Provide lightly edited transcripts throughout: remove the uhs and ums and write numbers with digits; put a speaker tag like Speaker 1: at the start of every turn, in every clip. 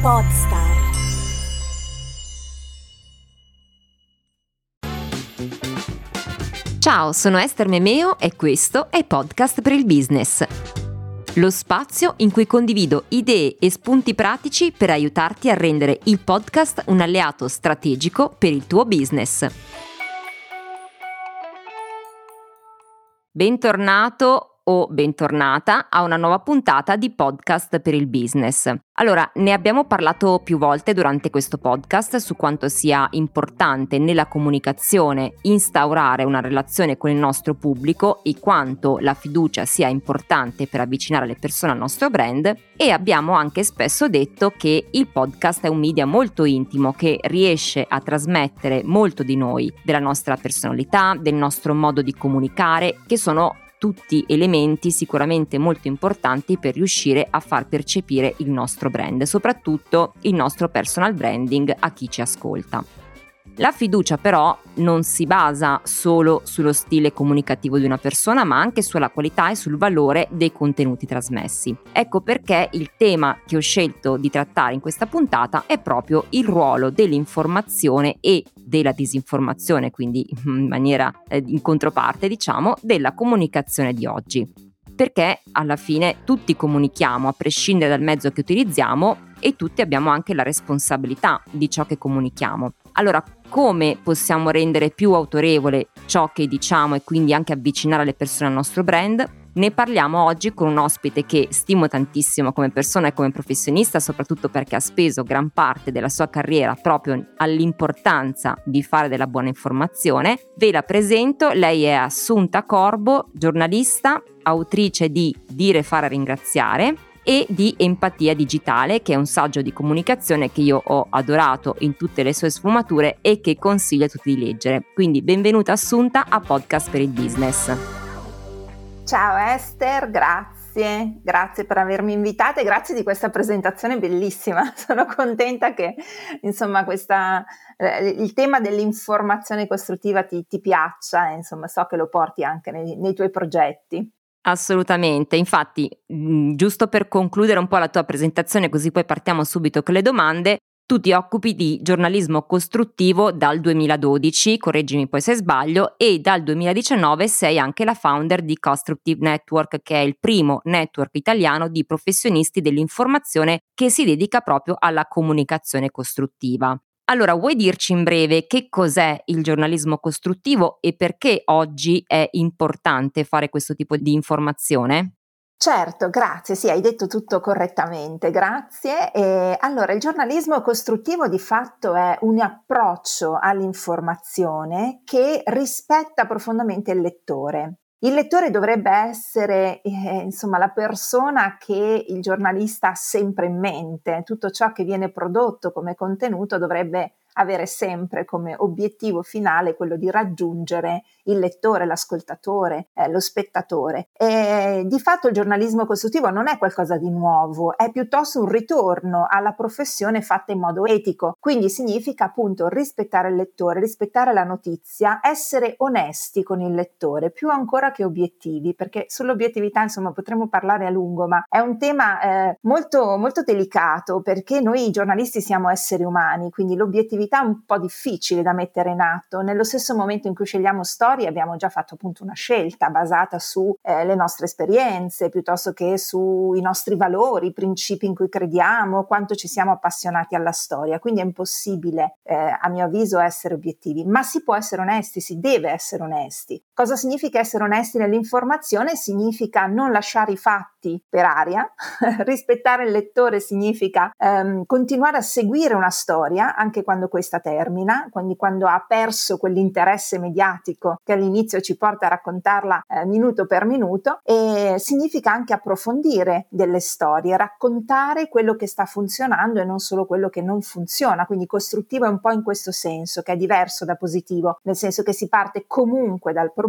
Speaker 1: Podstar.
Speaker 2: Ciao, sono Esther Memeo e questo è Podcast per il Business. Lo spazio in cui condivido idee e spunti pratici per aiutarti a rendere il podcast un alleato strategico per il tuo business. Bentornato o bentornata a una nuova puntata di Podcast per il Business. Allora, ne abbiamo parlato più volte durante questo podcast su quanto sia importante nella comunicazione instaurare una relazione con il nostro pubblico e quanto la fiducia sia importante per avvicinare le persone al nostro brand, e abbiamo anche spesso detto che il podcast è un media molto intimo che riesce a trasmettere molto di noi, della nostra personalità, del nostro modo di comunicare, che sono tutti elementi sicuramente molto importanti per riuscire a far percepire il nostro brand, soprattutto il nostro personal branding a chi ci ascolta. La fiducia però non si basa solo sullo stile comunicativo di una persona, ma anche sulla qualità e sul valore dei contenuti trasmessi. Ecco perché il tema che ho scelto di trattare in questa puntata è proprio il ruolo dell'informazione e della disinformazione, quindi in maniera in controparte, diciamo, della comunicazione di oggi. Perché alla fine tutti comunichiamo a prescindere dal mezzo che utilizziamo e tutti abbiamo anche la responsabilità di ciò che comunichiamo. Allora, come possiamo rendere più autorevole ciò che diciamo e quindi anche avvicinare le persone al nostro brand? Ne parliamo oggi con un ospite che stimo tantissimo come persona e come professionista, soprattutto perché ha speso gran parte della sua carriera proprio all'importanza di fare della buona informazione. Ve la presento, lei è Assunta Corbo, giornalista, autrice di Dire, fare, ringraziare e di Empatia digitale, che è un saggio di comunicazione che io ho adorato in tutte le sue sfumature e che consiglio a tutti di leggere. Quindi benvenuta Assunta a Podcast per il Business.
Speaker 3: Ciao Esther, grazie per avermi invitata e grazie di questa presentazione bellissima. Sono contenta che insomma il tema dell'informazione costruttiva ti piaccia e insomma so che lo porti anche nei tuoi progetti.
Speaker 2: Assolutamente, infatti giusto per concludere un po' la tua presentazione, così poi partiamo subito con le domande. Tu ti occupi di giornalismo costruttivo dal 2012, correggimi poi se sbaglio, e dal 2019 sei anche la founder di Constructive Network, che è il primo network italiano di professionisti dell'informazione che si dedica proprio alla comunicazione costruttiva. Allora, vuoi dirci in breve che cos'è il giornalismo costruttivo e perché oggi è importante fare questo tipo di informazione?
Speaker 3: Certo, grazie, sì, hai detto tutto correttamente, grazie. Allora, il giornalismo costruttivo di fatto è un approccio all'informazione che rispetta profondamente il lettore. Il lettore dovrebbe essere, insomma, la persona che il giornalista ha sempre in mente. Tutto ciò che viene prodotto come contenuto dovrebbe avere sempre come obiettivo finale quello di raggiungere il lettore, l'ascoltatore, lo spettatore. E di fatto il giornalismo costruttivo non è qualcosa di nuovo, è piuttosto un ritorno alla professione fatta in modo etico. Quindi significa appunto rispettare il lettore, rispettare la notizia, essere onesti con il lettore, più ancora che obiettivi, perché sull'obiettività insomma potremmo parlare a lungo, ma è un tema molto, molto delicato, perché noi giornalisti siamo esseri umani, quindi l'obiettività è un po' difficile da mettere in atto. Nello stesso momento in cui scegliamo storie abbiamo già fatto appunto una scelta basata su le nostre esperienze, piuttosto che sui nostri valori, i principi in cui crediamo, quanto ci siamo appassionati alla storia. Quindi è impossibile, a mio avviso, essere obiettivi, ma si può essere onesti, si deve essere onesti. Cosa significa essere onesti nell'informazione? Significa non lasciare i fatti per aria, rispettare il lettore significa continuare a seguire una storia anche quando questa termina, quindi quando ha perso quell'interesse mediatico che all'inizio ci porta a raccontarla minuto per minuto, e significa anche approfondire delle storie, raccontare quello che sta funzionando e non solo quello che non funziona. Quindi costruttivo è un po' in questo senso, che è diverso da positivo, nel senso che si parte comunque dal problema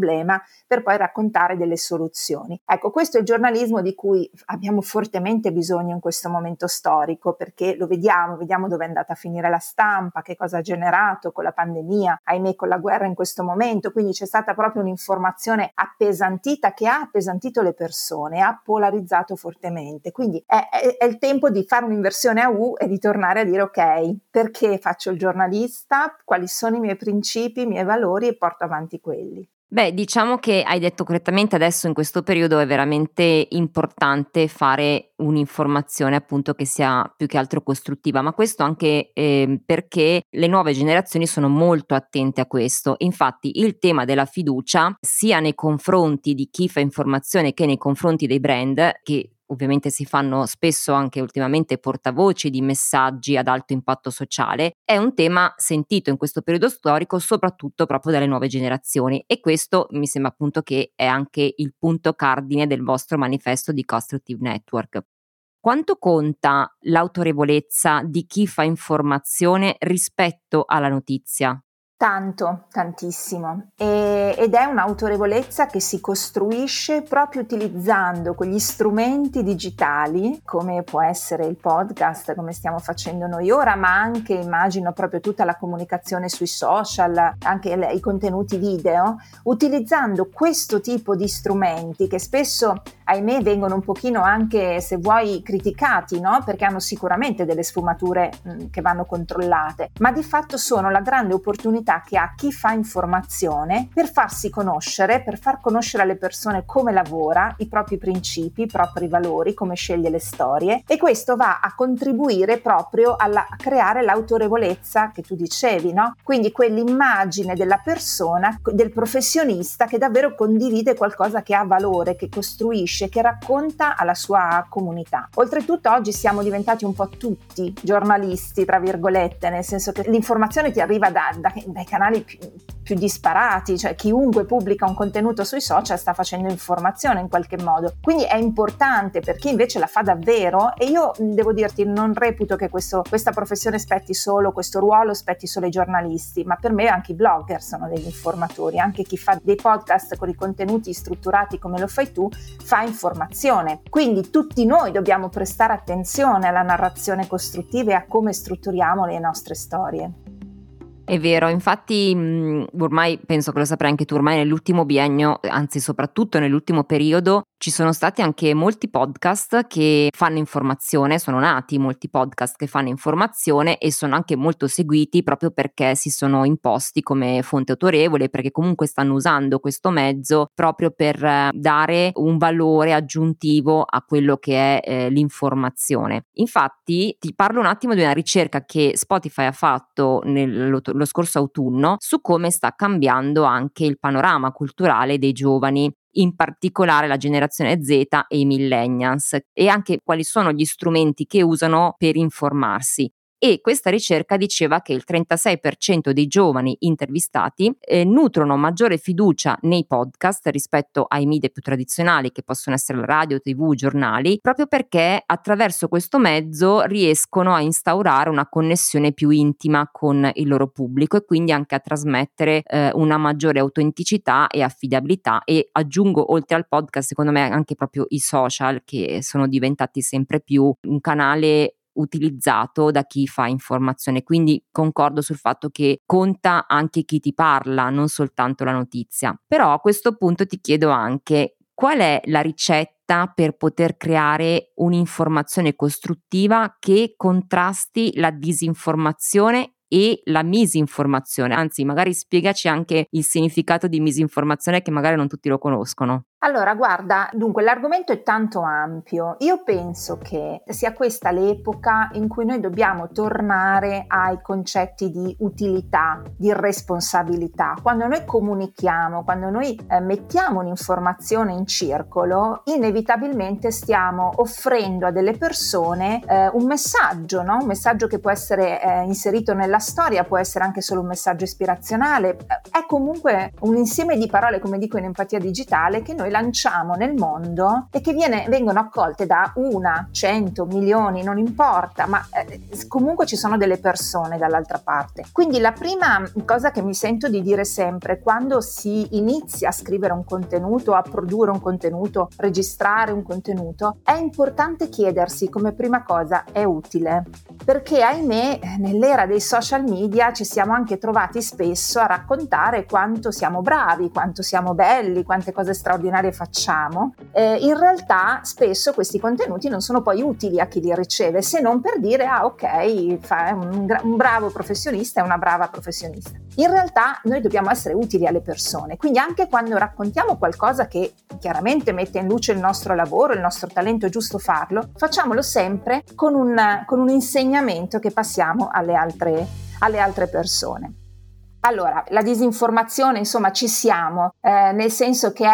Speaker 3: problema per poi raccontare delle soluzioni. Ecco, questo è il giornalismo di cui abbiamo fortemente bisogno in questo momento storico, perché lo vediamo dove è andata a finire la stampa, che cosa ha generato con la pandemia, ahimè con la guerra in questo momento, quindi c'è stata proprio un'informazione appesantita che ha appesantito le persone, ha polarizzato fortemente, quindi è il tempo di fare un'inversione a U e di tornare a dire ok, perché faccio il giornalista, quali sono i miei principi, i miei valori e porto avanti quelli.
Speaker 2: Beh, diciamo che hai detto correttamente, adesso in questo periodo è veramente importante fare un'informazione appunto che sia più che altro costruttiva, ma questo anche perché le nuove generazioni sono molto attente a questo. Infatti il tema della fiducia, sia nei confronti di chi fa informazione che nei confronti dei brand, che ovviamente si fanno spesso anche ultimamente portavoci di messaggi ad alto impatto sociale, è un tema sentito in questo periodo storico soprattutto proprio dalle nuove generazioni, e questo mi sembra appunto che è anche il punto cardine del vostro manifesto di Constructive Network. Quanto conta l'autorevolezza di chi fa informazione rispetto alla notizia?
Speaker 3: Tanto, tantissimo, ed è un'autorevolezza che si costruisce proprio utilizzando quegli strumenti digitali, come può essere il podcast, come stiamo facendo noi ora, ma anche immagino proprio tutta la comunicazione sui social, anche i contenuti video, utilizzando questo tipo di strumenti che spesso, ahimè, vengono un pochino anche, se vuoi, criticati, no? Perché hanno sicuramente delle sfumature che vanno controllate, ma di fatto sono la grande opportunità che ha chi fa informazione per farsi conoscere, per far conoscere alle persone come lavora, i propri principi, i propri valori, come sceglie le storie, e questo va a contribuire proprio a creare l'autorevolezza che tu dicevi, no? Quindi quell'immagine della persona, del professionista che davvero condivide qualcosa che ha valore, che costruisce, che racconta alla sua comunità. Oltretutto oggi siamo diventati un po' tutti giornalisti, tra virgolette, nel senso che l'informazione ti arriva dai canali più disparati, cioè chiunque pubblica un contenuto sui social sta facendo informazione in qualche modo, quindi è importante per chi invece la fa davvero, e io devo dirti non reputo che questa professione questo ruolo spetti solo ai giornalisti, ma per me anche i blogger sono degli informatori, anche chi fa dei podcast con i contenuti strutturati come lo fai tu fa informazione, quindi tutti noi dobbiamo prestare attenzione alla narrazione costruttiva e a come strutturiamo le nostre storie.
Speaker 2: È vero, infatti ormai penso che lo saprai anche tu, ormai nell'ultimo biennio, anzi soprattutto nell'ultimo periodo, ci sono stati anche molti podcast che fanno informazione, sono nati molti podcast che fanno informazione e sono anche molto seguiti proprio perché si sono imposti come fonte autorevole, perché comunque stanno usando questo mezzo proprio per dare un valore aggiuntivo a quello che è l'informazione. Infatti ti parlo un attimo di una ricerca che Spotify ha fatto lo scorso autunno su come sta cambiando anche il panorama culturale dei giovani, in particolare la generazione Z e i millennials, e anche quali sono gli strumenti che usano per informarsi. E questa ricerca diceva che il 36% dei giovani intervistati nutrono maggiore fiducia nei podcast rispetto ai media più tradizionali, che possono essere la radio, TV, giornali, proprio perché attraverso questo mezzo riescono a instaurare una connessione più intima con il loro pubblico e quindi anche a trasmettere una maggiore autenticità e affidabilità. E aggiungo, oltre al podcast, secondo me anche proprio i social, che sono diventati sempre più un canale utilizzato da chi fa informazione, quindi concordo sul fatto che conta anche chi ti parla, non soltanto la notizia. Però a questo punto ti chiedo anche qual è la ricetta per poter creare un'informazione costruttiva che contrasti la disinformazione e la misinformazione, anzi magari spiegaci anche il significato di misinformazione, che magari non tutti lo conoscono.
Speaker 3: Allora, guarda, dunque l'argomento è tanto ampio. Io penso che sia questa l'epoca in cui noi dobbiamo tornare ai concetti di utilità, di responsabilità. Quando noi comunichiamo, quando noi mettiamo un'informazione in circolo, inevitabilmente stiamo offrendo a delle persone un messaggio, no? Un messaggio che può essere inserito nella storia, può essere anche solo un messaggio ispirazionale. È comunque un insieme di parole, come dico in Empatia Digitale, che noi noi lanciamo nel mondo e che vengono accolte da 1, 100, milioni, non importa, ma comunque ci sono delle persone dall'altra parte. Quindi la prima cosa che mi sento di dire sempre quando si inizia a scrivere un contenuto, a produrre un contenuto, registrare un contenuto, è importante chiedersi come prima cosa: è utile? Perché ahimè nell'era dei social media ci siamo anche trovati spesso a raccontare quanto siamo bravi, quanto siamo belli, quante cose straordinarie facciamo. In realtà spesso questi contenuti non sono poi utili a chi li riceve, se non per dire ok, fa un bravo professionista e una brava professionista. In realtà noi dobbiamo essere utili alle persone, quindi anche quando raccontiamo qualcosa che chiaramente mette in luce il nostro lavoro, il nostro talento, è giusto farlo, facciamolo sempre con un insegnamento che passiamo alle altre persone. Allora, la disinformazione, insomma, ci siamo, nel senso che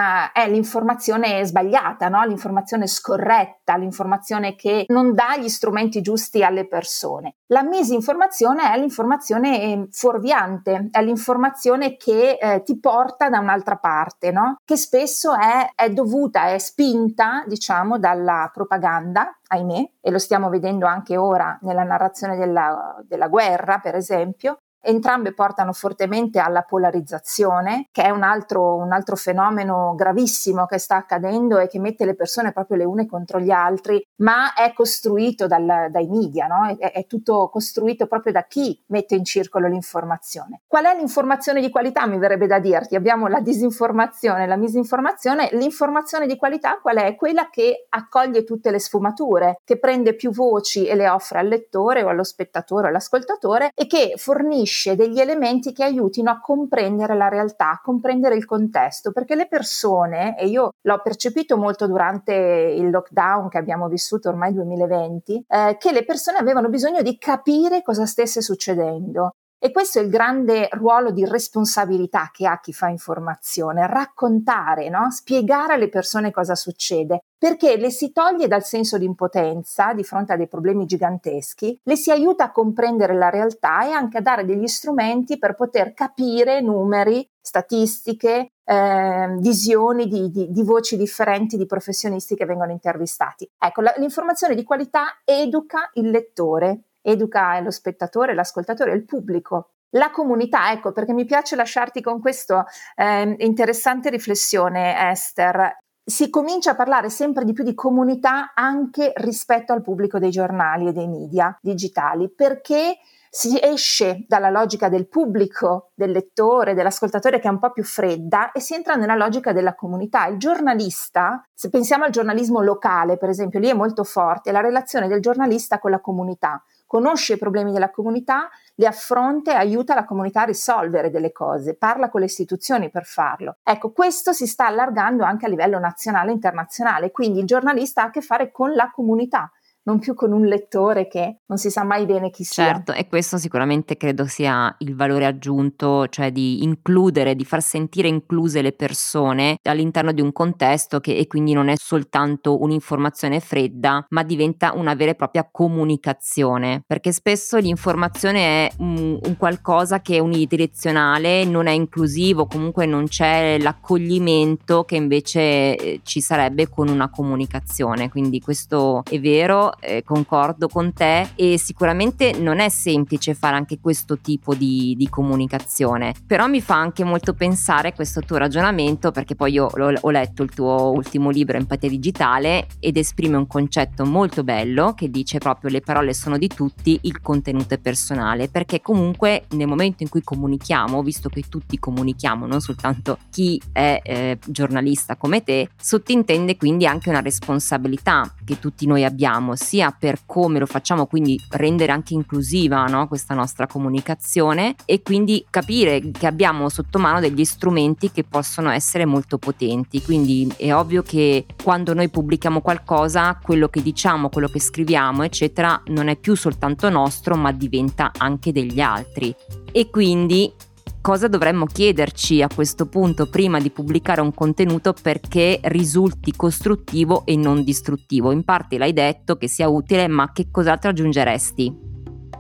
Speaker 3: è l'informazione sbagliata, no? L'informazione scorretta, l'informazione che non dà gli strumenti giusti alle persone. La misinformazione è l'informazione fuorviante, è l'informazione che ti porta da un'altra parte, no? Che spesso è dovuta, è spinta, diciamo, dalla propaganda, ahimè, e lo stiamo vedendo anche ora nella narrazione della guerra, per esempio. Entrambe portano fortemente alla polarizzazione, che è un altro fenomeno gravissimo che sta accadendo e che mette le persone proprio le une contro gli altri, ma è costruito dai media, no? È tutto costruito proprio da chi mette in circolo l'informazione. Qual è l'informazione di qualità, mi verrebbe da dirti? Abbiamo la disinformazione, la misinformazione. L'informazione di qualità qual è? Quella che accoglie tutte le sfumature, che prende più voci e le offre al lettore o allo spettatore o all'ascoltatore e che fornisce degli elementi che aiutino a comprendere la realtà, a comprendere il contesto, perché le persone, e io l'ho percepito molto durante il lockdown che abbiamo vissuto ormai 2020, che le persone avevano bisogno di capire cosa stesse succedendo. E questo è il grande ruolo di responsabilità che ha chi fa informazione: raccontare, no? Spiegare alle persone cosa succede, perché le si toglie dal senso di impotenza di fronte a dei problemi giganteschi, le si aiuta a comprendere la realtà e anche a dare degli strumenti per poter capire numeri, statistiche, visioni di voci differenti di professionisti che vengono intervistati. Ecco, l'informazione di qualità educa il lettore, educa lo spettatore, l'ascoltatore, il pubblico. La comunità, ecco, perché mi piace lasciarti con questa interessante riflessione, Esther. Si comincia a parlare sempre di più di comunità anche rispetto al pubblico dei giornali e dei media digitali, perché si esce dalla logica del pubblico, del lettore, dell'ascoltatore, che è un po' più fredda, e si entra nella logica della comunità. Il giornalista, se pensiamo al giornalismo locale, per esempio, lì è molto forte la relazione del giornalista con la comunità. Conosce i problemi della comunità, li affronta e aiuta la comunità a risolvere delle cose, parla con le istituzioni per farlo. Ecco, questo si sta allargando anche a livello nazionale e internazionale, quindi il giornalista ha a che fare con la comunità, non più con un lettore che non si sa mai bene chi sia.
Speaker 2: Certo, e questo sicuramente credo sia il valore aggiunto, cioè di includere, di far sentire incluse le persone all'interno di un contesto e quindi non è soltanto un'informazione fredda, ma diventa una vera e propria comunicazione, perché spesso l'informazione è un qualcosa che è unidirezionale, non è inclusivo, comunque non c'è l'accoglimento che invece ci sarebbe con una comunicazione, quindi questo è vero. Concordo con te, e sicuramente non è semplice fare anche questo tipo di comunicazione, però mi fa anche molto pensare questo tuo ragionamento, perché poi io ho letto il tuo ultimo libro, Empatia Digitale, ed esprime un concetto molto bello che dice proprio: le parole sono di tutti, il contenuto è personale, perché comunque nel momento in cui comunichiamo, visto che tutti comunichiamo, non soltanto chi è giornalista come te, sottintende quindi anche una responsabilità che tutti noi abbiamo, sia per come lo facciamo, quindi rendere anche inclusiva, no, questa nostra comunicazione, e quindi capire che abbiamo sotto mano degli strumenti che possono essere molto potenti. Quindi è ovvio che quando noi pubblichiamo qualcosa, quello che diciamo, quello che scriviamo, eccetera, non è più soltanto nostro, ma diventa anche degli altri. E quindi cosa dovremmo chiederci a questo punto prima di pubblicare un contenuto perché risulti costruttivo e non distruttivo? In parte l'hai detto che sia utile, ma che cos'altro aggiungeresti?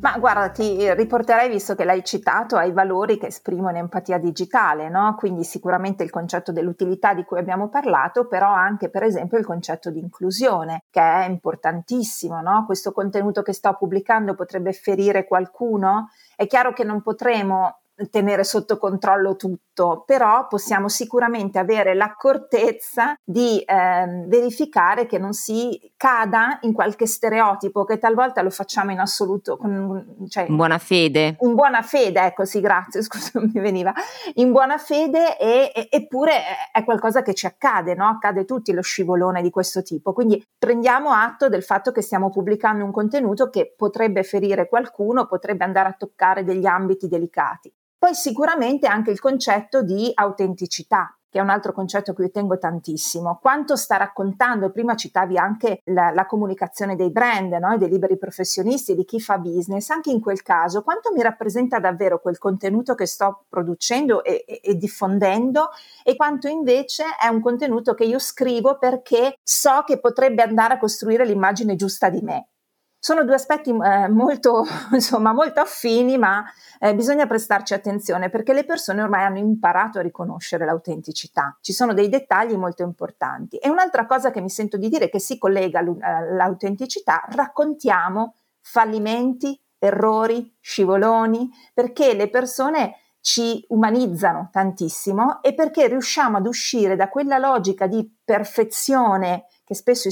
Speaker 3: Ma guarda, ti riporterei, visto che l'hai citato, ai valori che esprimono empatia digitale, no? Quindi sicuramente il concetto dell'utilità di cui abbiamo parlato, però anche per esempio il concetto di inclusione, che è importantissimo, no? Questo contenuto che sto pubblicando potrebbe ferire qualcuno? È chiaro che non potremo tenere sotto controllo tutto, però possiamo sicuramente avere l'accortezza di verificare che non si cada in qualche stereotipo, che talvolta lo facciamo in assoluto, cioè,
Speaker 2: In buona fede.
Speaker 3: in buona fede, ecco, sì, grazie, scusa, non mi veniva, in buona fede, eppure è qualcosa che ci accade, no? Accade tutti lo scivolone di questo tipo, quindi prendiamo atto del fatto che stiamo pubblicando un contenuto che potrebbe ferire qualcuno, potrebbe andare a toccare degli ambiti delicati. Poi sicuramente anche il concetto di autenticità, che è un altro concetto a cui io tengo tantissimo. Quanto sta raccontando, prima citavi anche la comunicazione dei brand, no? Dei liberi professionisti, di chi fa business, anche in quel caso, quanto mi rappresenta davvero quel contenuto che sto producendo e diffondendo, e quanto invece è un contenuto che io scrivo perché so che potrebbe andare a costruire l'immagine giusta di me. Sono due aspetti molto affini, ma bisogna prestarci attenzione, perché le persone ormai hanno imparato a riconoscere l'autenticità. Ci sono dei dettagli molto importanti. E un'altra cosa che mi sento di dire, che si collega all'autenticità: raccontiamo fallimenti, errori, scivoloni, perché le persone ci umanizzano tantissimo e perché riusciamo ad uscire da quella logica di perfezione che spesso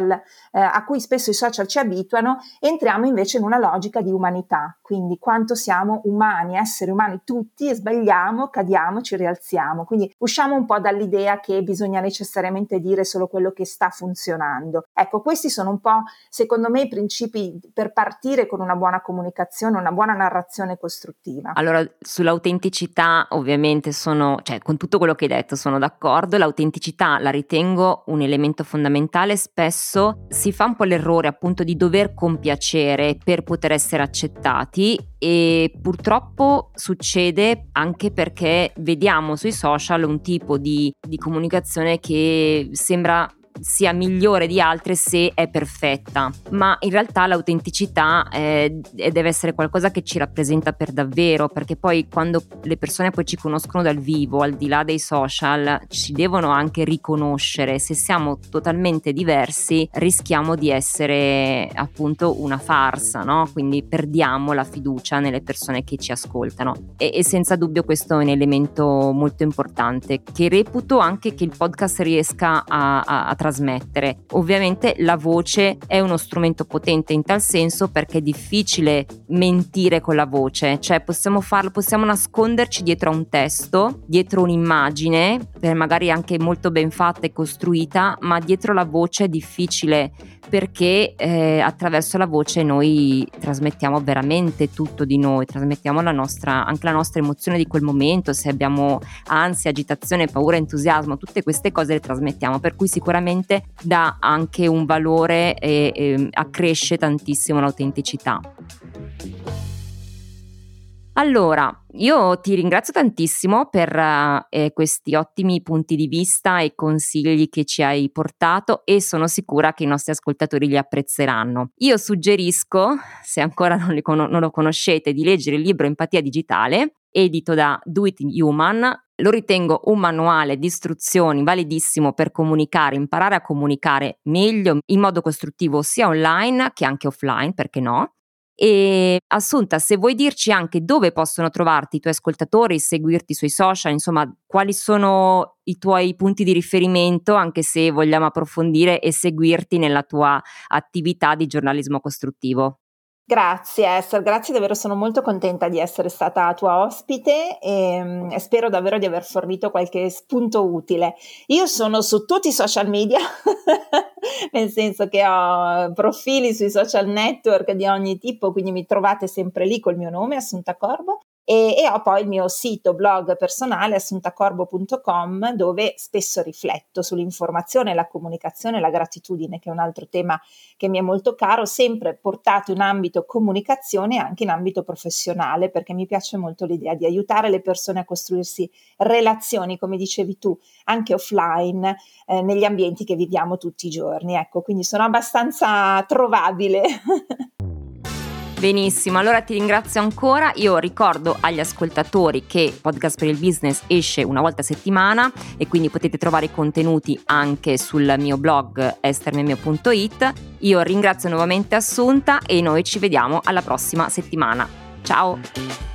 Speaker 3: a cui spesso i social ci abituano, entriamo invece in una logica di umanità, quindi quanto siamo umani, esseri umani tutti, e sbagliamo, cadiamo, ci rialziamo, quindi usciamo un po' dall'idea che bisogna necessariamente dire solo quello che sta funzionando. Ecco, questi sono un po', secondo me, i principi per partire con una buona comunicazione, una buona narrazione costruttiva.
Speaker 2: Allora, sull'autenticità ovviamente con tutto quello che hai detto sono d'accordo. L'autenticità la ritengo un elemento fondamentale. Spesso si fa un po' l'errore appunto di dover compiacere per poter essere accettati, e purtroppo succede anche perché vediamo sui social un tipo di comunicazione che sembra sia migliore di altre se è perfetta, ma in realtà l'autenticità deve essere qualcosa che ci rappresenta per davvero, perché poi quando le persone poi ci conoscono dal vivo, al di là dei social, ci devono anche riconoscere. Se siamo totalmente diversi rischiamo di essere appunto una farsa, no? Quindi perdiamo la fiducia nelle persone che ci ascoltano, e senza dubbio questo è un elemento molto importante che reputo anche che il podcast riesca a trasmettere. Ovviamente la voce è uno strumento potente in tal senso, perché è difficile mentire con la voce, cioè possiamo nasconderci dietro a un testo, dietro un'immagine, magari anche molto ben fatta e costruita, ma dietro la voce è difficile, perché attraverso la voce noi trasmettiamo veramente tutto di noi, trasmettiamo anche la nostra emozione di quel momento, se abbiamo ansia, agitazione, paura, entusiasmo, tutte queste cose le trasmettiamo, per cui sicuramente dà anche un valore e accresce tantissimo l'autenticità. Allora, io ti ringrazio tantissimo per questi ottimi punti di vista e consigli che ci hai portato, e sono sicura che i nostri ascoltatori li apprezzeranno. Io suggerisco, se ancora non lo conoscete, di leggere il libro Empatia Digitale, edito da Do It Human. Lo ritengo un manuale di istruzioni validissimo per imparare a comunicare meglio in modo costruttivo, sia online che anche offline, perché no? E Assunta, se vuoi dirci anche dove possono trovarti i tuoi ascoltatori, seguirti sui social, insomma, quali sono i tuoi punti di riferimento, anche se vogliamo approfondire e seguirti nella tua attività di giornalismo costruttivo.
Speaker 3: Grazie Esther, grazie davvero, sono molto contenta di essere stata tua ospite e spero davvero di aver fornito qualche spunto utile. Io sono su tutti i social media, nel senso che ho profili sui social network di ogni tipo, quindi mi trovate sempre lì col mio nome, Assunta Corbo. E ho poi il mio sito blog personale assuntacorbo.com, dove spesso rifletto sull'informazione, la comunicazione e la gratitudine, che è un altro tema che mi è molto caro, sempre portato in ambito comunicazione e anche in ambito professionale, perché mi piace molto l'idea di aiutare le persone a costruirsi relazioni, come dicevi tu, anche offline, negli ambienti che viviamo tutti i giorni. Ecco, quindi sono abbastanza trovabile.
Speaker 2: Benissimo, allora ti ringrazio ancora. Io ricordo agli ascoltatori che Podcast per il Business esce una volta a settimana e quindi potete trovare i contenuti anche sul mio blog estermemio.it. Io ringrazio nuovamente Assunta e noi ci vediamo alla prossima settimana. Ciao!